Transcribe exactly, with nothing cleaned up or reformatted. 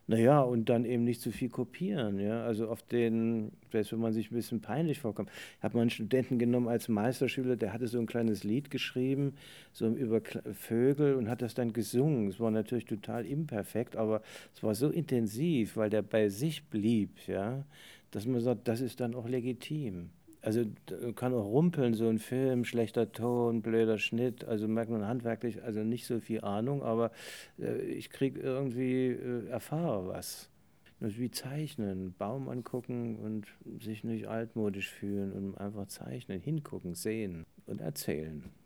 Na ja, und dann eben nicht zu viel kopieren, ja. Also auf den selbst wenn man sich 'n bisschen peinlich vorkommt. Ich habe mal 'n Studenten genommen als Meisterschüler, der hatte so 'n kleines Lied geschrieben, so über Kl Vögel und hat das dann gesungen. Es war natürlich total imperfekt, aber es war so intensiv, weil der bei sich blieb, ja, dass man sagt, das ist dann auch legitim. Also, d kann auch rumpeln, so 'n Film, schlechter Ton, blöder Schnitt, also merkt man handwerklich also nicht so viel Ahnung, aber, äh, ich kriege irgendwie äh, erfahre was. Das ist wie Zeichnen, Baum angucken und sich nicht altmodisch fühlen und einfach zeichnen, hingucken, sehen und erzählen.